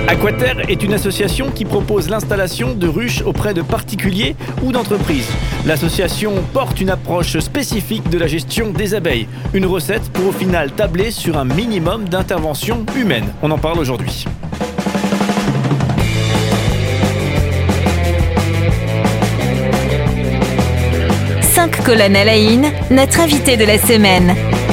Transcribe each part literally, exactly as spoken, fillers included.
Aquaterre est une association qui propose l'installation de ruches auprès de particuliers ou d'entreprises. L'association porte une approche spécifique de la gestion des abeilles. Une recette pour au final tabler sur un minimum d'intervention humaine. On en parle aujourd'hui. cinq colonnes à la une, notre invité de la semaine.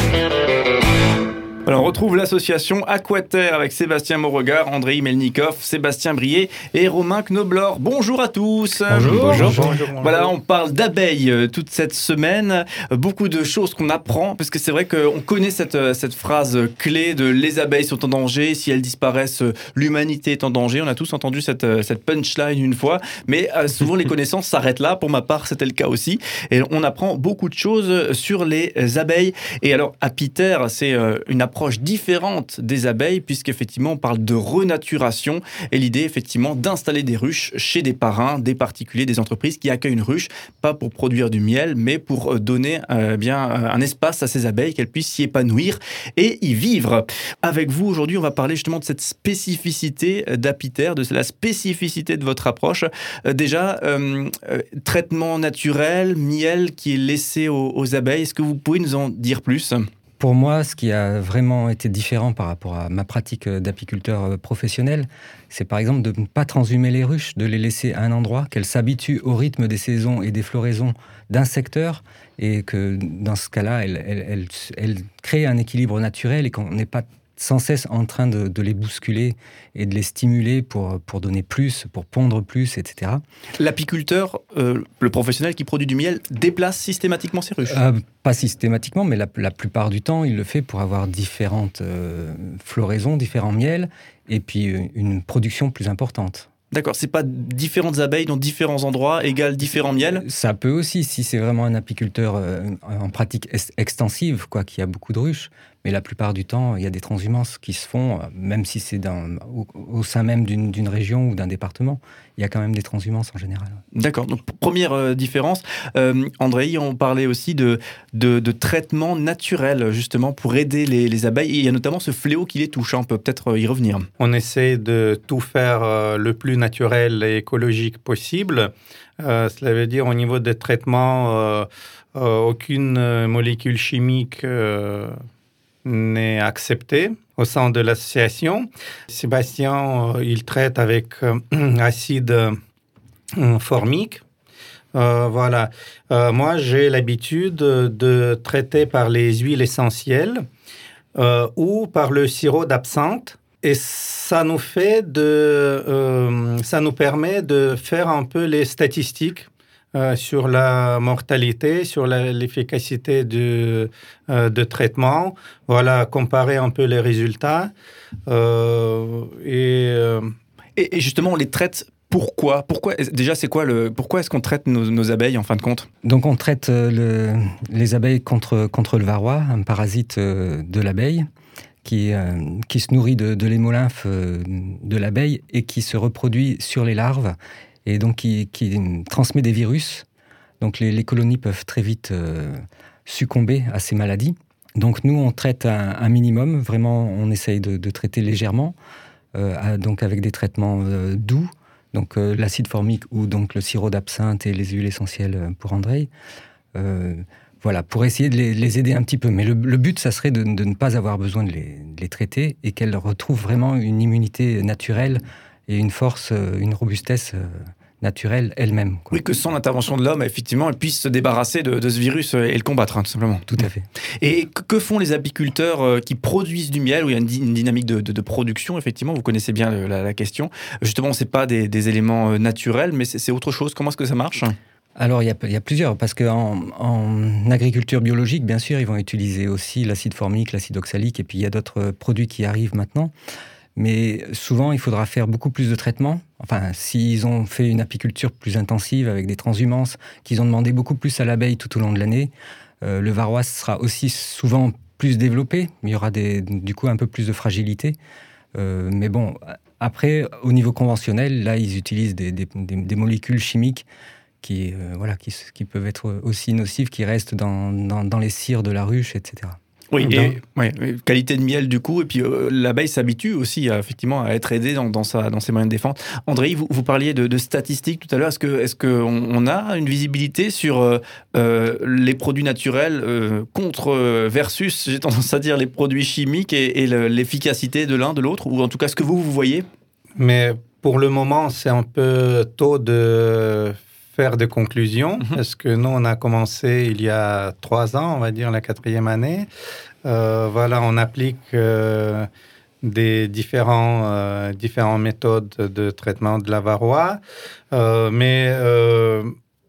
Alors, on retrouve l'association Aquaterre avec Sébastien Mauregard, Andrei Melnikov, Sébastien Brier et Romain Knoblauch. Bonjour à tous. Bonjour. Bonjour. Bonjour. Voilà, on parle d'abeilles euh, toute cette semaine. Euh, beaucoup de choses qu'on apprend, parce que c'est vrai qu'on connaît cette, euh, cette phrase clé de « les abeilles sont en danger, si elles disparaissent, euh, l'humanité est en danger ». On a tous entendu cette, euh, cette punchline une fois, mais euh, souvent les connaissances s'arrêtent là. Pour ma part, c'était le cas aussi. Et on apprend beaucoup de choses sur les abeilles. Et alors, Apiter, c'est euh, une approche approche différente des abeilles, puisqu'effectivement on parle de renaturation et l'idée effectivement d'installer des ruches chez des parrains, des particuliers, des entreprises qui accueillent une ruche, pas pour produire du miel, mais pour donner euh, bien un espace à ces abeilles, qu'elles puissent s'y épanouir et y vivre. Avec vous aujourd'hui, on va parler justement de cette spécificité d'Apiter, de la spécificité de votre approche. Euh, déjà, euh, euh, traitement naturel, miel qui est laissé aux, aux abeilles. Est-ce que vous pouvez nous en dire plus ? Pour moi, ce qui a vraiment été différent par rapport à ma pratique d'apiculteur professionnel, c'est par exemple de ne pas transhumer les ruches, de les laisser à un endroit, qu'elles s'habituent au rythme des saisons et des floraisons d'un secteur, et que dans ce cas-là, elles, elles, elles, elles créent un équilibre naturel et qu'on n'est pas sans cesse en train de, de les bousculer et de les stimuler pour, pour donner plus, pour pondre plus, et cetera. L'apiculteur, euh, le professionnel qui produit du miel, déplace systématiquement ses ruches ? euh, Pas systématiquement, mais la, la plupart du temps, il le fait pour avoir différentes euh, floraisons, différents miels, et puis euh, une production plus importante. D'accord, c'est pas différentes abeilles dans différents endroits égale différents miels ? Ça peut aussi, si c'est vraiment un apiculteur euh, en pratique ex- extensive, quoi, qui a beaucoup de ruches. Mais la plupart du temps, il y a des transhumances qui se font, même si c'est dans, au, au sein même d'une, d'une région ou d'un département. Il y a quand même des transhumances en général. D'accord, donc première euh, différence. Euh, Andrei, on parlait aussi de, de, de traitement naturel, justement, pour aider les, les abeilles. Et il y a notamment ce fléau qui les touche, hein, on peut peut-être y revenir. On essaie de tout faire euh, le plus naturel et écologique possible. Euh, cela veut dire au niveau des traitements, euh, euh, aucune molécule chimique euh, n'est acceptée au sein de l'association. Sébastien, euh, il traite avec euh, acide euh, formique. Euh, voilà. Euh, moi, j'ai l'habitude de traiter par les huiles essentielles euh, ou par le sirop d'absinthe. Et ça nous fait de, euh, ça nous permet de faire un peu les statistiques euh, sur la mortalité, sur la, l'efficacité de, euh, de traitement. Voilà, comparer un peu les résultats. Euh, et, euh... et, et justement, on les traite. Pourquoi Pourquoi Déjà, c'est quoi le Pourquoi est-ce qu'on traite nos, nos abeilles en fin de compte ? Donc, on traite le, les abeilles contre contre le varroa, un parasite de l'abeille. Qui, euh, qui se nourrit de, de l'hémolymphe euh, de l'abeille et qui se reproduit sur les larves et donc qui, qui transmet des virus. Donc les, les colonies peuvent très vite euh, succomber à ces maladies. Donc nous, on traite un, un minimum, vraiment on essaye de, de traiter légèrement, euh, à, donc avec des traitements euh, doux, donc euh, l'acide formique ou donc le sirop d'absinthe et les huiles essentielles pour Andrei. Euh, Voilà, pour essayer de les, les aider un petit peu. Mais le, le but, ça serait de, de ne pas avoir besoin de les, de les traiter et qu'elles retrouvent vraiment une immunité naturelle et une force, une robustesse naturelle elles-mêmes, quoi. Oui, que sans l'intervention de l'homme, effectivement, elles puissent se débarrasser de, de ce virus et le combattre, hein, tout simplement. Tout à fait. Et que font les apiculteurs qui produisent du miel, où il y a une, une dynamique de, de, de production, effectivement, vous connaissez bien le, la, la question. Justement, ce n'est pas des, des éléments naturels, mais c'est, c'est autre chose. Comment est-ce que ça marche ? Alors, il y, a, il y a plusieurs, parce qu'en en agriculture biologique, bien sûr, ils vont utiliser aussi l'acide formique, l'acide oxalique, et puis il y a d'autres produits qui arrivent maintenant. Mais souvent, il faudra faire beaucoup plus de traitements. Enfin, s'ils ont fait une apiculture plus intensive avec des transhumances, qu'ils ont demandé beaucoup plus à l'abeille tout au long de l'année, euh, le varroa sera aussi souvent plus développé. Il y aura des, du coup un peu plus de fragilité. Euh, mais bon, après, au niveau conventionnel, là, ils utilisent des, des, des, des molécules chimiques qui, euh, voilà, qui, qui peuvent être aussi nocives, qui restent dans, dans, dans les cires de la ruche, et cetera. Oui, et, ouais, qualité de miel du coup, et puis euh, l'abeille s'habitue aussi à, effectivement à être aidée dans, dans, sa, dans ses moyens de défense. André, vous, vous parliez de, de statistiques tout à l'heure. Est-ce que est-ce qu'on on a une visibilité sur euh, euh, les produits naturels euh, contre euh, versus, j'ai tendance à dire, les produits chimiques et, et le, l'efficacité de l'un de l'autre, ou en tout cas ce que vous vous voyez? Mais pour le moment, c'est un peu tôt de faire des conclusions, mm-hmm. parce que nous, on a commencé il y a trois ans, on va dire la quatrième année. Euh, voilà, on applique euh, des différents, euh, différentes méthodes de traitement de la varroa, euh, mais euh,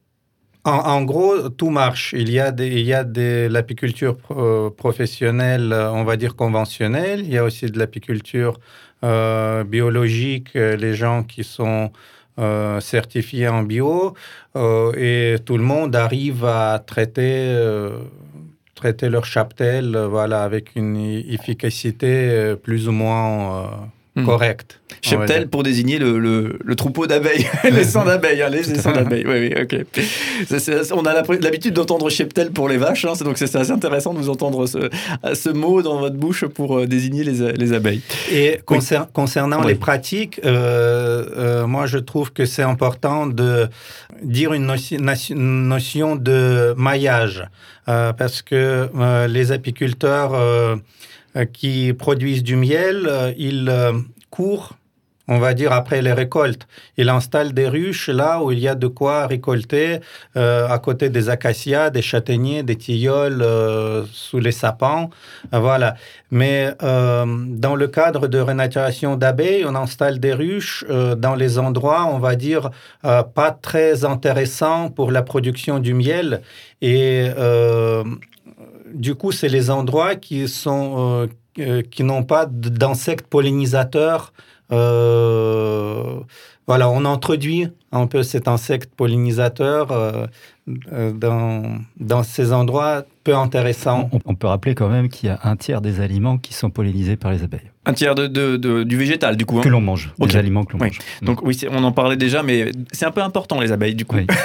en, en gros, tout marche. Il y a, des, il y a de l'apiculture pro- professionnelle, on va dire conventionnelle, il y a aussi de l'apiculture euh, biologique, les gens qui sont Euh, certifiés en bio, euh, et tout le monde arrive à traiter, euh, traiter leur cheptel euh, voilà, avec une efficacité euh, plus ou moins euh, mmh. correcte. Cheptel pour désigner le, le, le troupeau d'abeilles, les cent d'abeilles, hein, les cent d'abeilles. Oui, oui, ok. C'est, c'est, on a l'habitude d'entendre cheptel pour les vaches, hein, c'est, donc c'est assez intéressant de vous entendre ce, ce mot dans votre bouche pour euh, désigner les, les abeilles. Et concer- oui. concernant oui. les pratiques, euh, euh, moi je trouve que c'est important de dire une notion, notion de maillage, euh, parce que euh, les apiculteurs euh, qui produisent du miel, euh, ils euh, courent, on va dire, après les récoltes. Il installe des ruches là où il y a de quoi récolter, euh, à côté des acacias, des châtaigniers, des tilleuls, euh, sous les sapins. Euh, voilà. Mais euh, dans le cadre de renaturation d'abeilles, on installe des ruches euh, dans les endroits, on va dire, euh, pas très intéressants pour la production du miel. Et euh, du coup, c'est les endroits qui sont, euh, qui n'ont pas d'insectes pollinisateurs. Euh, voilà, on introduit un peu cet insecte pollinisateur euh, euh, dans, dans ces endroits peu intéressants. On, on peut rappeler quand même qu'il y a un tiers des aliments qui sont pollinisés par les abeilles. Un tiers de, de, de, du végétal, du coup. Hein. Que l'on mange, okay. Des aliments que l'on oui. mange. Donc oui, c'est, on en parlait déjà, mais c'est un peu important, les abeilles, du coup. Oui.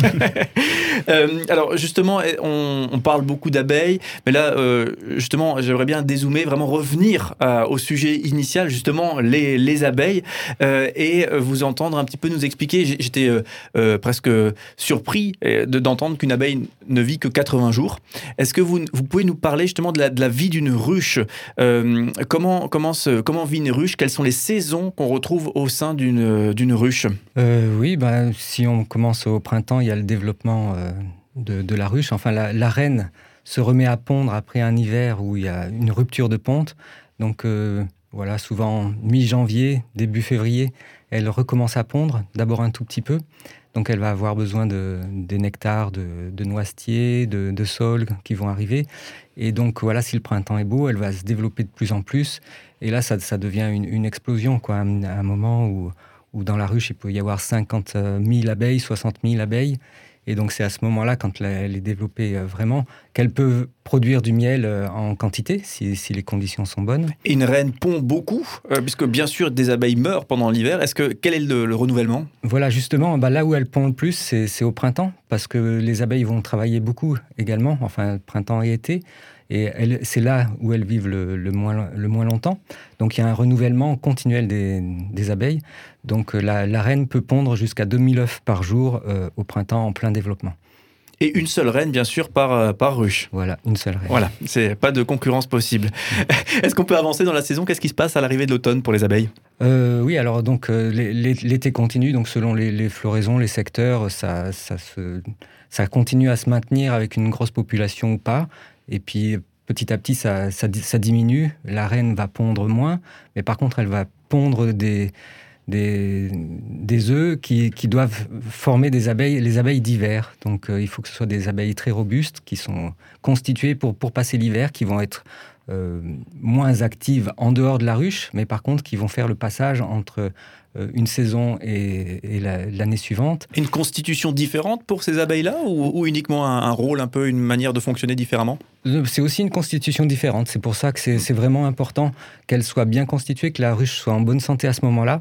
euh, alors justement, on, on parle beaucoup d'abeilles, mais là, euh, justement, j'aimerais bien dézoomer, vraiment revenir euh, au sujet initial, justement, les, les abeilles, euh, et vous entendre un petit peu nous expliquer. J'étais euh, euh, presque surpris de, d'entendre qu'une abeille ne vit que quatre-vingts jours. Est-ce que vous, vous pouvez nous parler justement de la, de la vie d'une ruche? euh, Comment, comment Comment vit une ruche? Quelles sont les saisons qu'on retrouve au sein d'une, d'une ruche? euh, Oui, ben, si on commence au printemps, il y a le développement euh, de, de la ruche. Enfin, la, la reine se remet à pondre après un hiver où il y a une rupture de ponte. Donc, euh, voilà, souvent mi-janvier, début février, elle recommence à pondre, d'abord un tout petit peu. Donc, elle va avoir besoin de, des nectars, de, de noisetiers, de, de saules qui vont arriver. Et donc, voilà, si le printemps est beau, elle va se développer de plus en plus. Et là, ça, ça devient une, une explosion, quoi, à un moment où, où dans la ruche, il peut y avoir cinquante mille abeilles, soixante mille abeilles. Et donc, c'est à ce moment-là, quand elle est développée vraiment, qu'elle peut produire du miel en quantité, si, si les conditions sont bonnes. Et une reine pond beaucoup, euh, puisque bien sûr, des abeilles meurent pendant l'hiver. Est-ce que, quel est le, le renouvellement? Voilà, justement, bah, là où elle pond le plus, c'est, c'est au printemps, parce que les abeilles vont travailler beaucoup également, enfin, printemps et été. Et elle, c'est là où elles vivent le, le, moins, le moins longtemps. Donc, il y a un renouvellement continuel des, des abeilles. Donc, la, la reine peut pondre jusqu'à deux mille œufs par jour euh, au printemps en plein développement. Et une seule reine, bien sûr, par, par ruche. Voilà, une seule reine. Voilà, c'est pas de concurrence possible. Est-ce qu'on peut avancer dans la saison? Qu'est-ce qui se passe à l'arrivée de l'automne pour les abeilles? euh, Oui, alors donc, euh, l'été continue. Donc, selon les, les floraisons, les secteurs, ça, ça, se, ça continue à se maintenir avec une grosse population ou pas. Et puis, petit à petit, ça, ça, ça diminue. La reine va pondre moins, mais par contre, elle va pondre des, des, des œufs qui, qui doivent former des abeilles, les abeilles d'hiver. Donc, euh, il faut que ce soit des abeilles très robustes, qui sont constituées pour, pour passer l'hiver, qui vont être euh, moins actives en dehors de la ruche, mais par contre, qui vont faire le passage entre une saison et, et la, l'année suivante. Une constitution différente pour ces abeilles-là, ou, ou uniquement un, un rôle, un peu une manière de fonctionner différemment? C'est aussi une constitution différente. C'est pour ça que c'est, c'est vraiment important qu'elle soit bien constituée, que la ruche soit en bonne santé à ce moment-là.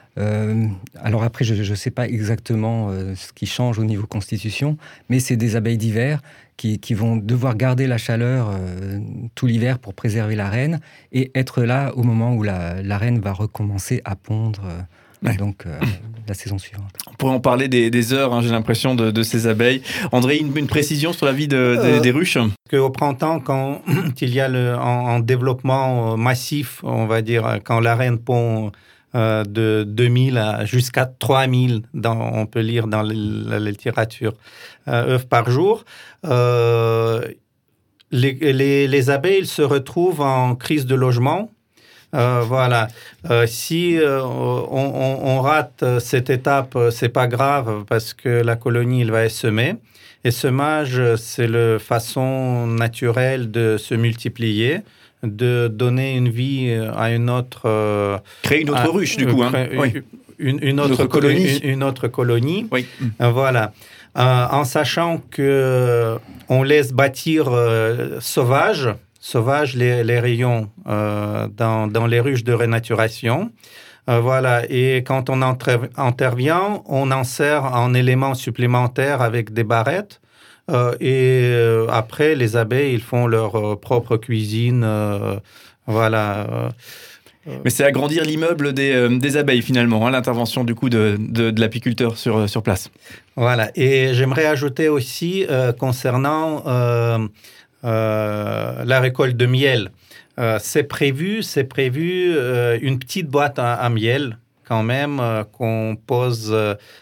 Euh, alors après, je ne sais pas exactement euh, ce qui change au niveau constitution, mais c'est des abeilles d'hiver qui, qui vont devoir garder la chaleur euh, tout l'hiver pour préserver la reine et être là au moment où la, la reine va recommencer à pondre. Euh, Ouais. Donc, euh, la saison suivante. On pourrait en parler des, des heures, hein, j'ai l'impression, de, de ces abeilles. André, une, une précision sur la vie de, de, euh, des ruches ? Qu'au printemps, quand il y a le, en, en développement massif, on va dire, quand la reine pond euh, de deux mille à jusqu'à trois mille, dans, on peut lire dans la littérature, euh, œufs par jour, euh, les, les, les abeilles se retrouvent en crise de logement. Euh, voilà. Euh, si euh, on, on, on rate cette étape, c'est pas grave parce que la colonie elle va essaimer. Et semage, c'est la façon naturelle de se multiplier, de donner une vie à une autre. Euh, créer une autre à, ruche, du coup. Hein. Une, oui. une, une, autre une autre colonie. Une, une autre colonie. Oui. Euh, voilà. Euh, en sachant que on laisse bâtir euh, sauvage. Sauvage les, les rayons euh, dans, dans les ruches de renaturation. Euh, voilà. Et quand on entre, intervient, on insère un élément supplémentaire avec des barrettes. Euh, et euh, après, les abeilles, ils font leur euh, propre cuisine. Euh, voilà. Euh, Mais c'est agrandir l'immeuble des, euh, des abeilles, finalement, hein, l'intervention du coup de, de, de l'apiculteur sur, sur place. Voilà. Et j'aimerais ajouter aussi, euh, concernant... Euh, Euh, la récolte de miel. Euh, c'est prévu, c'est prévu euh, une petite boîte à, à miel quand même euh, qu'on pose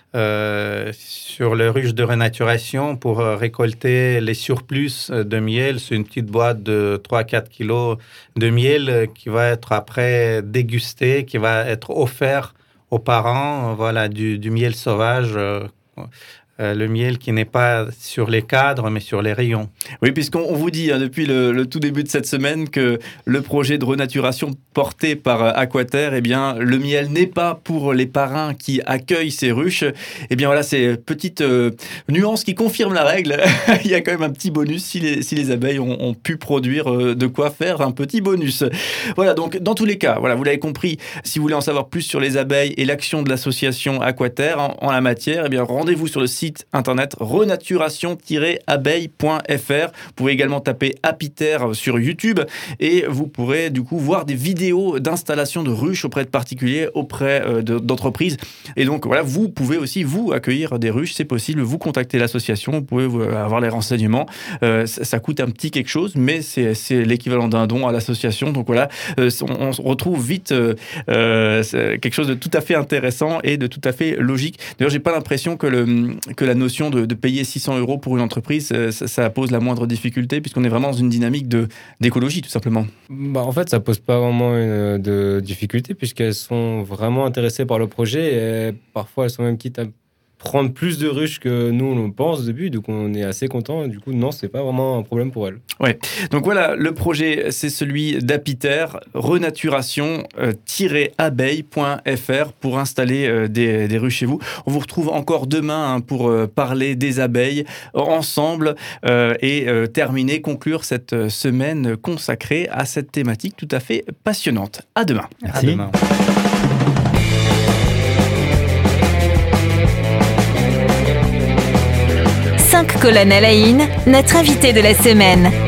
euh, sur les ruches de renaturation pour euh, récolter les surplus de miel. C'est une petite boîte de trois à quatre kilos de miel euh, qui va être après dégustée, qui va être offert aux parents, euh, voilà, du, du miel sauvage. Euh, Euh, le miel qui n'est pas sur les cadres, mais sur les rayons. Oui, puisqu'on on vous dit hein, depuis le, le tout début de cette semaine que le projet de renaturation porté par Aquaterre, eh bien, le miel n'est pas pour les parrains qui accueillent ces ruches. Eh bien, voilà, c'est petite euh, nuance qui confirme la règle. Il y a quand même un petit bonus si les, si les abeilles ont, ont pu produire euh, de quoi faire un petit bonus. Voilà, donc, dans tous les cas, voilà, vous l'avez compris, si vous voulez en savoir plus sur les abeilles et l'action de l'association Aquaterre en, en la matière, eh bien, rendez-vous sur le site internet renaturation tiret abeille point f r. Vous pouvez également taper Apiterre sur YouTube et vous pourrez du coup voir des vidéos d'installation de ruches auprès de particuliers, auprès euh, de, d'entreprises. Et donc voilà, vous pouvez aussi vous accueillir des ruches, c'est possible. Vous contactez l'association, vous pouvez avoir les renseignements. Euh, ça, ça coûte un petit quelque chose, mais c'est, c'est l'équivalent d'un don à l'association. Donc voilà, euh, on, on retrouve vite euh, euh, quelque chose de tout à fait intéressant et de tout à fait logique. D'ailleurs, j'ai pas l'impression que le que la notion de, de payer six cents euros pour une entreprise, ça, ça pose la moindre difficulté, puisqu'on est vraiment dans une dynamique de, d'écologie, tout simplement. Bah, en fait, ça pose pas vraiment une, de difficulté, puisqu'elles sont vraiment intéressées par le projet, et parfois elles sont même quittes à prendre plus de ruches que nous on pense au début, donc on est assez content, et du coup non, c'est pas vraiment un problème pour elles. Ouais. Donc voilà, le projet c'est celui d'Apiterre, renaturation tiret abeille point f r pour installer euh, des, des ruches chez vous. On vous retrouve encore demain hein, pour euh, parler des abeilles ensemble euh, et euh, terminer, conclure cette semaine consacrée à cette thématique tout à fait passionnante. À demain. Merci. À demain. cinq colonnes à la in, notre invité de la semaine.